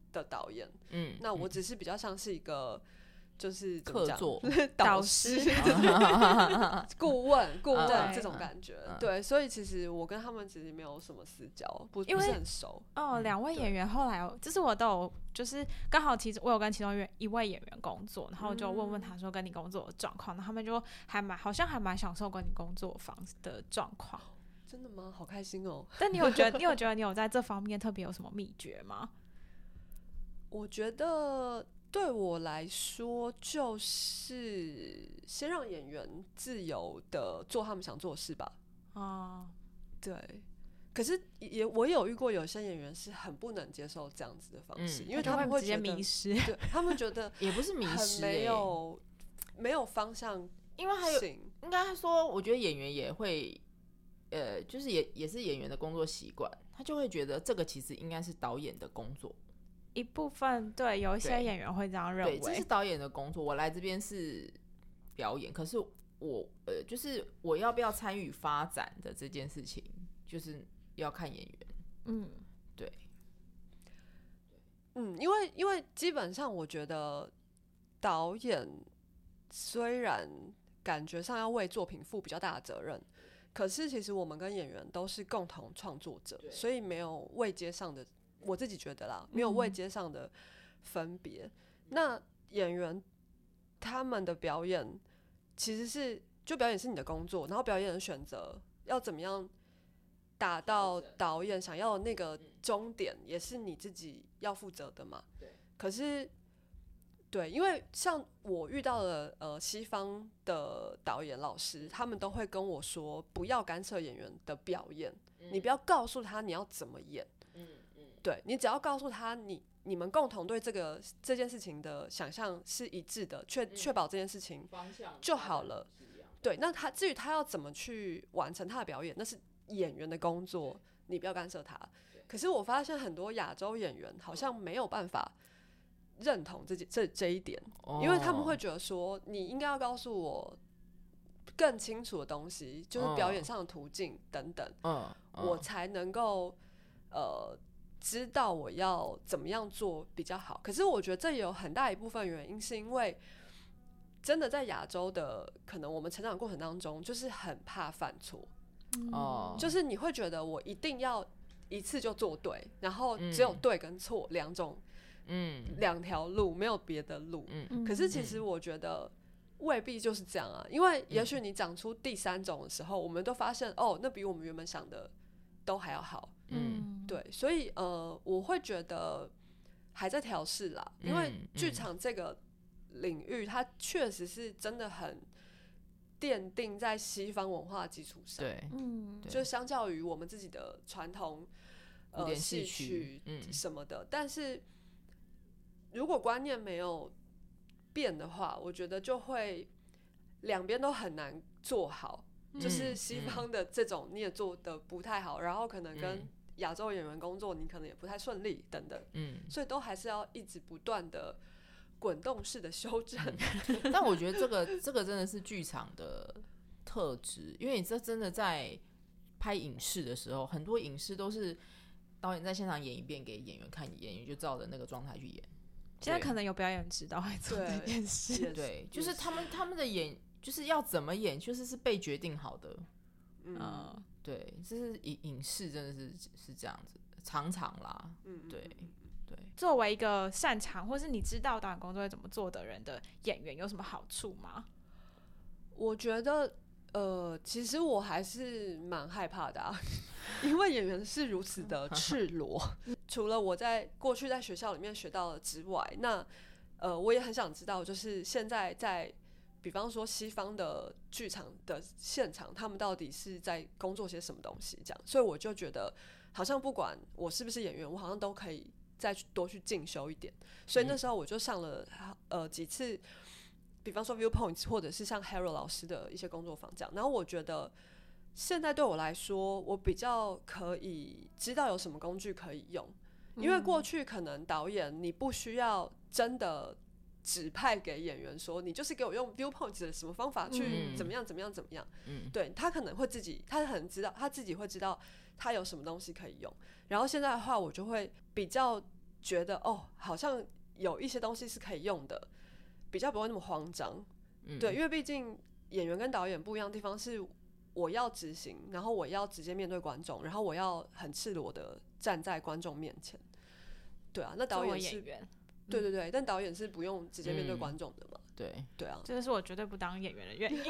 的导演， 嗯， 那我只是比较像是一个就是客座导师、顾问、顾问这种感觉。 嗯、 对，所以其实我跟他们其实没有什么私交，不不是很熟。 哦，两位演员后来有，就是我都有，就是刚好其实我有跟其中一位演员工作，然后就问问他说跟你工作的状况，然后他们就还蛮好像还蛮享受跟你工作坊的状况。 真的吗？好开心哦！ 但你有觉得你有觉得你有在这方面特别有什么秘诀吗？ 我觉得对我来说，就是先让演员自由的做他们想做的事吧。 哦， 对。可是也我也有遇过有些演员是很不能接受这样子的方式，嗯、因为他们会觉得直接迷失， 对他们觉得也不是迷失、欸， 没有没有方向， 因为还有应该说，我觉得演员也会。呃，就是也也是演员的工作习惯，他就会觉得这个其实应该是导演的工作， 一部分对，有一些演员会这样认为， 对，这是导演的工作。我来这边是表演，可是我呃，就是我要不要参与发展的这件事情，就是要看演员。 嗯， 对， 嗯，因为因为基本上我觉得导演虽然感觉上要为作品负比较大的责任。可是其实我们跟演员都是共同创作者，所以没有位阶上的，我自己觉得啦，没有位阶上的分别。嗯、那演员他们的表演其实是，就表演是你的工作，然后表演的选择要怎么样达到导演想要的那个终点，也是你自己要负责的嘛。可是。对，因为像我遇到的呃西方的导演老师，他们都会跟我说，不要干涉演员的表演，嗯、你不要告诉他你要怎么演，嗯嗯、对你只要告诉他你你们共同对这个这件事情的想象是一致的，确确保这件事情就好了。对，那他至于他要怎么去完成他的表演，那是演员的工作，你不要干涉他。可是我发现很多亚洲演员好像没有办法。认同这这这一点，因为他们会觉得说，你应该要告诉我更清楚的东西，就是表演上的途径等等，嗯嗯、我才能够呃知道我要怎么样做比较好。可是我觉得这也有很大一部分原因，是因为真的在亚洲的可能我们成长过程当中，就是很怕犯错，嗯、就是你会觉得我一定要一次就做对，然后只有对跟错两种。嗯，两条路没有别的路，嗯，可是其实我觉得未必就是这样啊，因为也许你讲出第三种的时候，我们都发现哦，那比我们原本想的都还要好，嗯，对，所以呃，我会觉得还在调试啦，因为剧场这个领域，它确实是真的很奠定在西方文化的基础上， 对，嗯， 就相较于我们自己的传统呃戏曲什么的，但是。如果观念没有变的话，我觉得就会两边都很难做好。嗯、就是西方的这种你也做的不太好，嗯、然后可能跟亚洲演员工作你可能也不太顺利等等，嗯，所以都还是要一直不断的滚动式的修正。 嗯、但我觉得这个这个真的是剧场的特质，因为你这真的在拍影视的时候，很多影视都是导演在现场演一遍给演员看，演员就照着那个状态去演。 现在可能有表演指导会做这件事， 对，就是他们他们的演就是要怎么演，就是是被决定好的，嗯，对，就是影影视真的是是这样子，常常啦，嗯，对对。 作为一个擅长或是你知道导演工作会怎么做的人的演员，有什么好处吗？ 我觉得，呃，其实我还是蛮害怕的啊，因为演员是如此的赤裸。除了我在过去在学校里面学到的之外，那呃，我也很想知道，就是现在在，比方说西方的剧场的现场，他们到底是在工作些什么东西？这样，所以我就觉得，好像不管我是不是演员，我好像都可以再去多去进修一点。所以那时候我就上了呃几次，比方说 Viewpoints 或者是像 Harold 老师的一些工作坊这样，然后我觉得。现在对我来说，我比较可以知道有什么工具可以用，因为过去可能导演你不需要真的指派给演员说，你就是给我用 viewpoint 的什么方法去怎么样怎么样怎么样，嗯、对他可能会自己，他很知道他自己会知道他有什么东西可以用。然后现在的话，我就会比较觉得哦，好像有一些东西是可以用的，比较不会那么慌张。嗯、对，因为毕竟演员跟导演不一样的地方是，我要执行，然后我要直接面对观众，然后我要很赤裸的站在观众面前。对啊，那导演是演员， 对对对，嗯、但导演是不用直接面对观众的嘛。 嗯、对对啊， 这是我绝对不当演员的原因。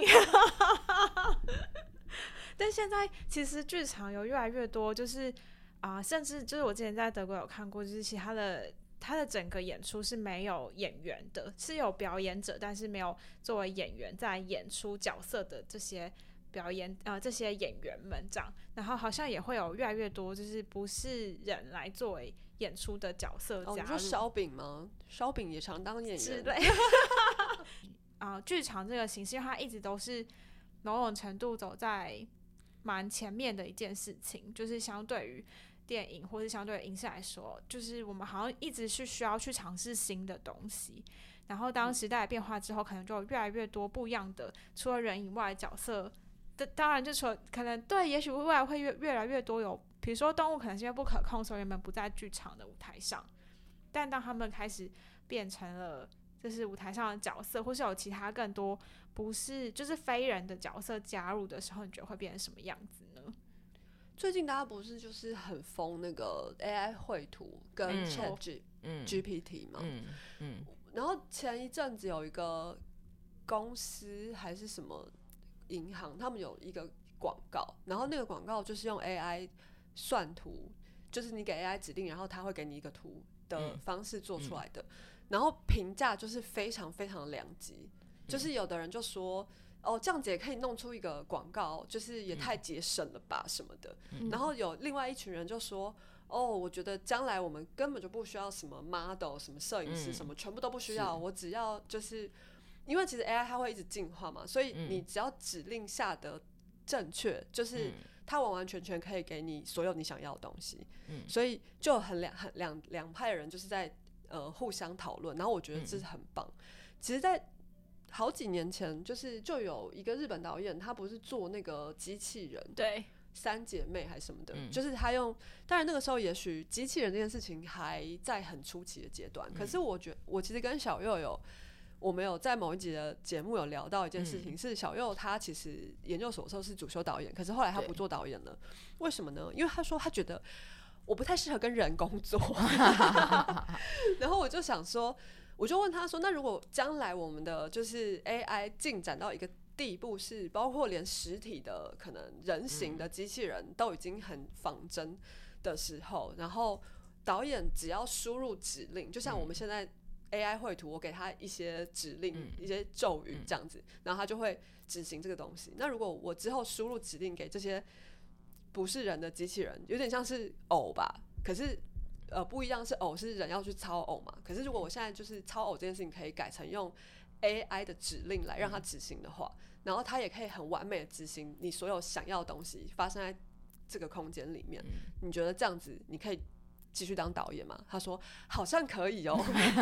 但现在其实剧场有越来越多，就是啊、呃，甚至就是我之前在德国有看过，就是其他的他的整个演出是没有演员的，是有表演者，但是没有作为演员在演出角色的这些表演呃这些演员们这样，然后好像也会有越来越多就是不是人来作为演出的角色加入。 哦，你说烧饼吗？烧饼也常当演员之类。啊，剧场这个形式，因为它一直都是某种程度走在蛮前面的一件事情，就是相对于电影或是相对于影视来说，就是我们好像一直是需要去尝试新的东西。然后当时代变化之后，可能就有越来越多不一样的除了人以外的角色。当然就除了可能对，也许未来会越越来越多有，比如说动物可能是因为不可控，所以人们不在剧场的舞台上，但当他们开始变成了就是舞台上的角色，或是有其他更多不是就是非人的角色加入的时候，你觉得会变成什么样子呢？ 最近大家不是就是很疯那个 A I 绘图跟 Chat G、嗯、G P T 吗？嗯嗯、然后前一阵子有一个公司还是什么银行，他们有一个广告，然后那个广告就是用 A I 算图，就是你给 A I 指令，然后它会给你一个图的方式做出来的，嗯、然后评价就是非常非常两极，嗯、就是有的人就说，哦，这样子也可以弄出一个广告，就是也太节省了吧什么的，嗯、然后有另外一群人就说，哦，我觉得将来我们根本就不需要什么 model、什么摄影师、嗯、什么，全部都不需要，我只要就是。因为其实 A I 它会一直进化嘛，所以你只要指令下得正确，嗯、就是它完完全全可以给你所有你想要的东西。嗯、所以就很两很两两派的人就是在呃互相讨论，然后我觉得这是很棒。嗯、其实，在好几年前，就是就有一个日本导演，他不是做那个机器人， 对， 三姐妹还是什么的，嗯、就是他用。当然那个时候也许机器人这件事情还在很初期的阶段，嗯、可是我觉得我其实跟小佑有。我们有在某一集的节目有聊到一件事情，嗯、是小佑他其实研究所的时候是主修导演，可是后来他不做导演了，为什么呢？因为他说他觉得我不太适合跟人工作，然后我就想说，我就问他说，那如果将来我们的就是 A I 进展到一个地步，是包括连实体的可能人形的机器人都已经很仿真的时候，然后导演只要输入指令，就像我们现在。A I 绘图，我给他一些指令、嗯、一些咒语这样子，然后他就会执行这个东西。那如果我之后输入指令给这些不是人的机器人，有点像是偶吧，可是呃不一样，是偶是人要去操偶嘛。可是如果我现在就是操偶这件事情可以改成用 A I 的指令来让它执行的话，嗯、然后它也可以很完美的执行你所有想要的东西发生在这个空间里面。嗯、你觉得这样子你可以继续当导演吗？他说好像可以哦。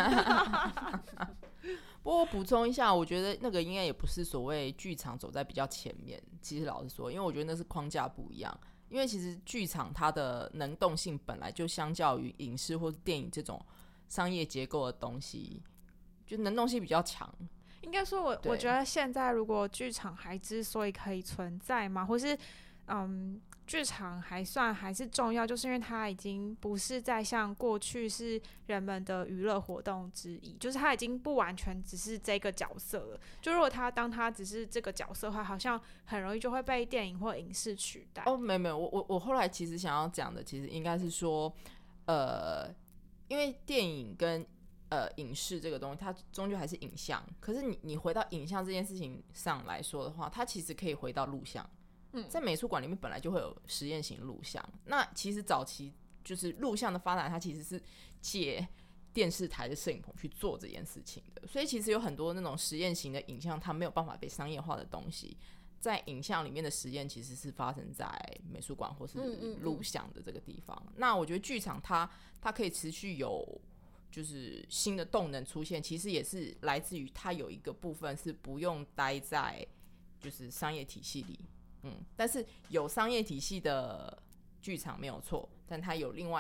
不过我补充一下，我觉得那个应该也不是所谓剧场走在比较前面。其实老实说，因为我觉得那是框架不一样。因为其实剧场它的能动性本来就相较于影视或电影这种商业结构的东西，就能动性比较强。 应该说我，我我觉得现在如果剧场还之所以可以存在嘛，或是嗯。剧场还算还是重要，就是因为它已经不是再像过去是人们的娱乐活动之一，就是它已经不完全只是这个角色了。就如果他当他只是这个角色的话，好像很容易就会被电影或影视取代。 哦，没没，我我我后来其实想要讲的，其实应该是说，呃，因为电影跟呃影视这个东西，它终究还是影像。可是你你回到影像这件事情上来说的话，它其实可以回到录像。在美术馆里面本来就会有实验型录像，那其实早期就是录像的发展，它其实是借电视台的摄影棚去做这件事情的，所以其实有很多那种实验型的影像，它没有办法被商业化的东西，在影像里面的实验其实是发生在美术馆或是录像的这个地方。嗯嗯嗯那我觉得剧场它它可以持续有就是新的动能出现，其实也是来自于它有一个部分是不用待在就是商业体系里。嗯，但是有商业体系的剧场没有错，但它有另外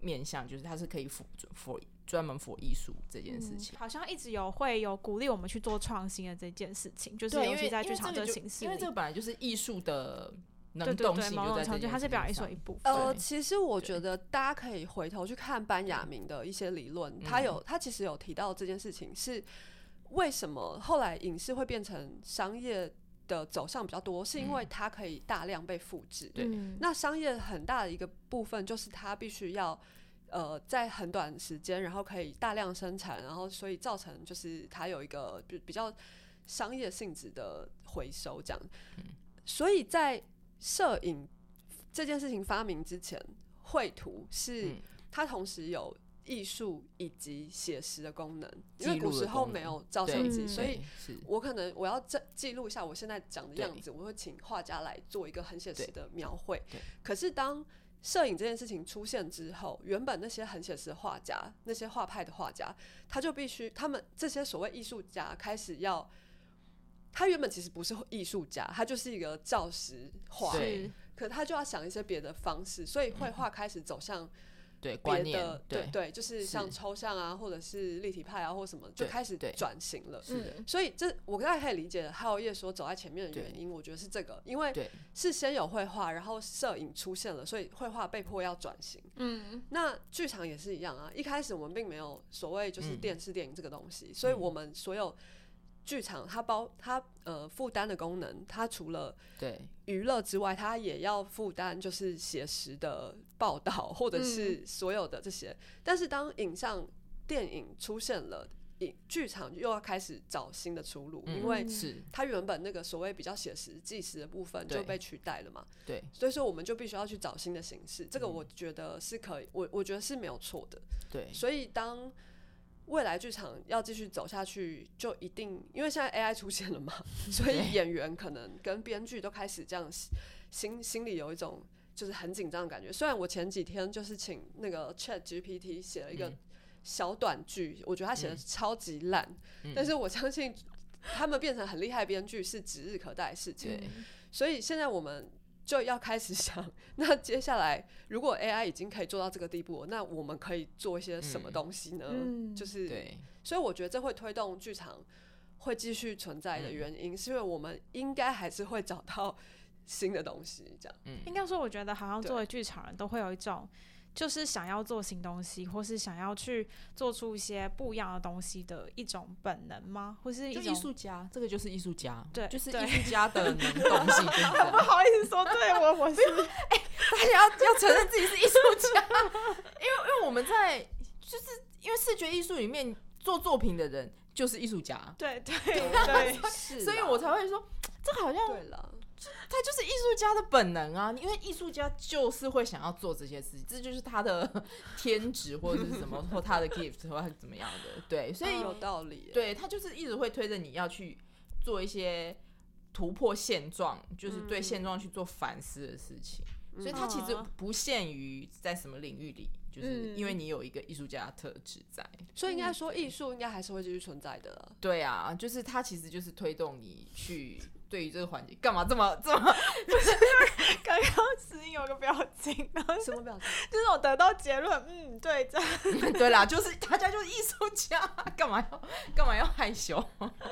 面向，就是它是可以 for for 专门 for 艺术这件事情、 嗯，好像一直有会有鼓励我们去做创新的这件事情，就是尤其在剧场这个形式里， 因为这个本来就是艺术的能动性， 某种程度它是表演艺术一部分。 呃，其实我觉得大家可以回头去看班雅明的一些理论，他有他其实有提到这件事情是为什么后来影视会变成商业的走向比较多，是因为它可以大量被复制。对、嗯，那商业很大的一个部分就是它必须要。呃，在很短时间，然后可以大量生产，然后所以造成就是它有一个比比较商业性质的回收这样。嗯、所以在摄影这件事情发明之前，绘图是它同时有艺术以及写实的功能，因为古时候没有照相机，所以我可能我要记录一下我现在长的样子，我会请画家来做一个很写实的描绘。可是当摄影这件事情出现之后，原本那些很写实的画家，那些画派的画家，他就必须，他们这些所谓艺术家开始要，他原本其实不是艺术家，他就是一个照实画，可他就要想一些别的方式，所以绘画开始走向对别的， 对对, 对，就是像抽象啊，或者是立体派啊，或什么，就开始转型了。所以这我大概可以理解浩业说走在前面的原因，我觉得是这个，因为是先有绘画，然后摄影出现了，所以绘画被迫要转型。嗯，那剧场也是一样啊，一开始我们并没有所谓就是电视电影这个东西，嗯、所以我们所有剧场它包它呃负担的功能，它除了娱乐之外，它也要负担就是写实的报道或者是所有的这些。嗯、但是当影像电影出现了，剧场又要开始找新的出路，嗯、因为它原本那个所谓比较写实纪实的部分就被取代了嘛。 对， 所以说我们就必须要去找新的形式。这个我觉得是可以，我我觉得是没有错的。 对， 所以当未来剧场要继续走下去，就一定因为现在 A I 出现了嘛，所以演员可能跟编剧都开始这样心心里有一种就是很紧张的感觉。虽然我前几天就是请那个 Chat G P T 写了一个小短剧，嗯、我觉得他写的超级烂，嗯、但是我相信他们变成很厉害编剧是指日可待的事情。所以现在我们就要开始想，那接下来如果 A I 已经可以做到这个地步，那我们可以做一些什么东西呢？嗯、就是对，所以我觉得这会推动剧场会继续存在的原因，嗯、是因为我们应该还是会找到新的东西。这样， 嗯、应该说，我觉得好像作为剧场人都会有一种。就是想要做新东西，或是想要去做出一些不一样的东西的一种本能吗？或是一种艺术家，这个就是艺术家， 对， 就是艺术家的能动性。 我不好意思说，对我我是， 哎、欸，大家要要承认自己是艺术家，因为因为我们在就是因为视觉艺术里面做作品的人就是艺术家， 对对对， 是， 所以我才会说，这好像对了。 他就是艺术家的本能啊，因为艺术家就是会想要做这些事情，这就是他的天职或者是什么，或他的 gift 或怎么样的，对，所以有道理。 对，他就是一直会推着你要去做一些突破现状，就是对现状去做反思的事情。嗯、所以他其实不限于在什么领域里，就是因为你有一个艺术家的特质在， 所以应该说艺术应该还是会继续存在的了。 对啊，就是他其实就是推动你去。对于这个环节，干嘛这么这么？ 不是刚刚石英有个表情， 什么表情？ 就是我得到结论，嗯，对，这样对啦，就是大家就是艺术家，干嘛要干嘛要害羞？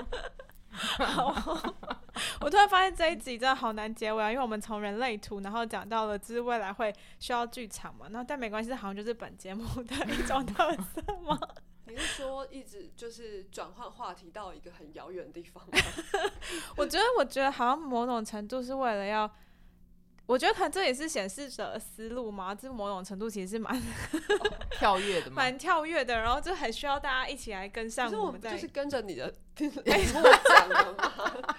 好，我突然发现这一集真的好难结尾啊，因为我们从人类图，然后讲到了就是未来会需要剧场嘛，然后但没关系，好像就是本节目的一种特色吗？ 你是说一直就是转换话题到一个很遥远的地方吗？ 我觉得，我觉得好像某种程度是为了要，我觉得可能这也是显示者的思路嘛，这某种程度其实是蛮、 哦、跳跃的嘛， 蛮跳跃的，然后就很需要大家一起来跟上我们在， 就是跟着你的题目讲的嘛。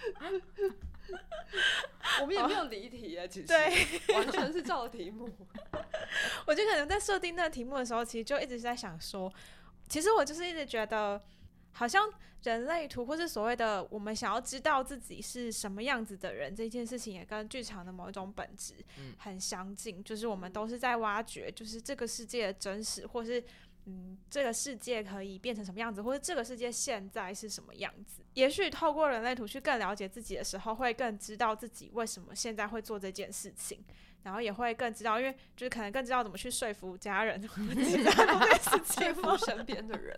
我们也没有离题耶，其实对，完全是照题目。 我觉得可能在设定那个题目的时候，其实就一直在想说。其实我就是一直觉得，好像人类图或是所谓的我们想要知道自己是什么样子的人这件事情，也跟剧场的某一种本质很相近。嗯、就是我们都是在挖掘，就是这个世界的真实，或是嗯，这个世界可以变成什么样子，或者这个世界现在是什么样子。也许透过人类图去更了解自己的时候，会更知道自己为什么现在会做这件事情，然后也会更知道，因为就是可能更知道怎么去说服家人，其他的事情， 说服身边的人。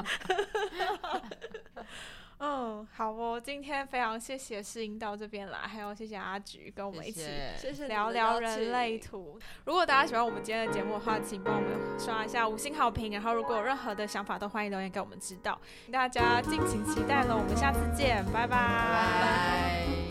嗯，好哦，今天非常谢谢世英到这边来，还有谢谢阿菊跟我们一起聊聊人类图。如果大家喜欢我们今天的节目的话，请帮我们刷一下五星好评，然后如果有任何的想法都欢迎留言给我们知道。大家敬请期待了，我们下次见，拜拜。 拜拜。